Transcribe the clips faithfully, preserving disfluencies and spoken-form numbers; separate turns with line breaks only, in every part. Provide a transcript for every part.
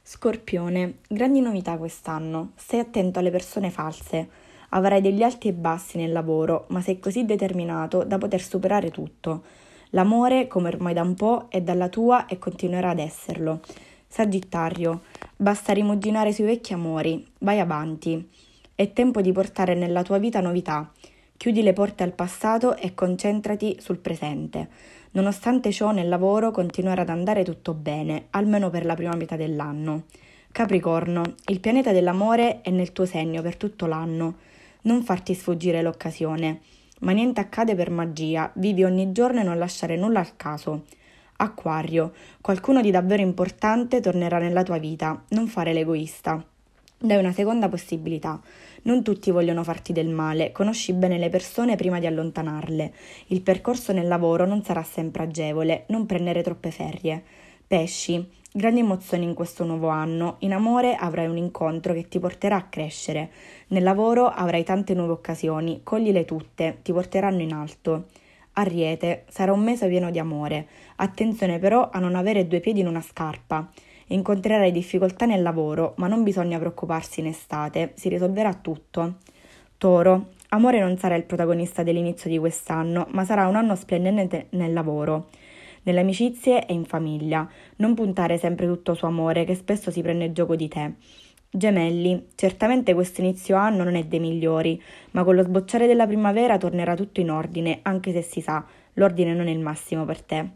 Scorpione, grandi novità quest'anno. Stai attento alle persone false. Avrai degli alti e bassi nel lavoro, ma sei così determinato da poter superare tutto. L'amore, come ormai da un po', è dalla tua e continuerà ad esserlo. Sagittario, basta rimuginare sui vecchi amori. Vai avanti. È tempo di portare nella tua vita novità. Chiudi le porte al passato e concentrati sul presente. Nonostante ciò, nel lavoro continuerà ad andare tutto bene, almeno per la prima metà dell'anno. Capricorno, il pianeta dell'amore è nel tuo segno per tutto l'anno. Non farti sfuggire l'occasione. Ma niente accade per magia, vivi ogni giorno e non lasciare nulla al caso. Acquario, qualcuno di davvero importante tornerà nella tua vita, non fare l'egoista. Dai una seconda possibilità. Non tutti vogliono farti del male, conosci bene le persone prima di allontanarle. Il percorso nel lavoro non sarà sempre agevole, non prendere troppe ferie. Pesci, grandi emozioni in questo nuovo anno. In amore avrai un incontro che ti porterà a crescere. Nel lavoro avrai tante nuove occasioni, coglile tutte, ti porteranno in alto. Ariete, sarà un mese pieno di amore. Attenzione però a non avere due piedi in una scarpa. Incontrerai difficoltà nel lavoro, ma non bisogna preoccuparsi in estate, si risolverà tutto. Toro, amore non sarà il protagonista dell'inizio di quest'anno, ma sarà un anno splendente nel lavoro, nelle amicizie e in famiglia. Non puntare sempre tutto su amore, che spesso si prende gioco di te. Gemelli, certamente questo inizio anno non è dei migliori, ma con lo sbocciare della primavera tornerà tutto in ordine, anche se si sa, l'ordine non è il massimo per te.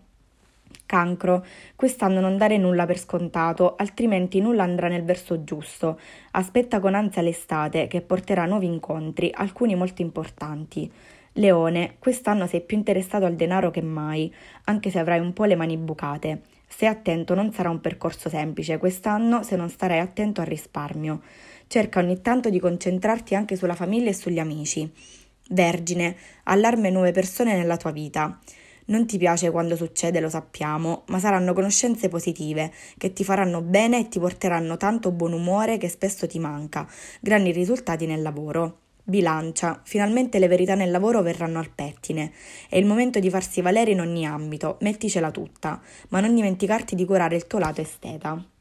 Cancro, quest'anno non dare nulla per scontato, altrimenti nulla andrà nel verso giusto. Aspetta con ansia l'estate, che porterà nuovi incontri, alcuni molto importanti. Leone, quest'anno sei più interessato al denaro che mai, anche se avrai un po' le mani bucate. Stai attento, non sarà un percorso semplice quest'anno se non starai attento al risparmio. Cerca ogni tanto di concentrarti anche sulla famiglia e sugli amici. Vergine, allarme nuove persone nella tua vita. Non ti piace quando succede, lo sappiamo, ma saranno conoscenze positive che ti faranno bene e ti porteranno tanto buon umore che spesso ti manca, grandi risultati nel lavoro. Bilancia, finalmente le verità nel lavoro verranno al pettine. È il momento di farsi valere in ogni ambito, metticela tutta, ma non dimenticarti di curare il tuo lato esteta.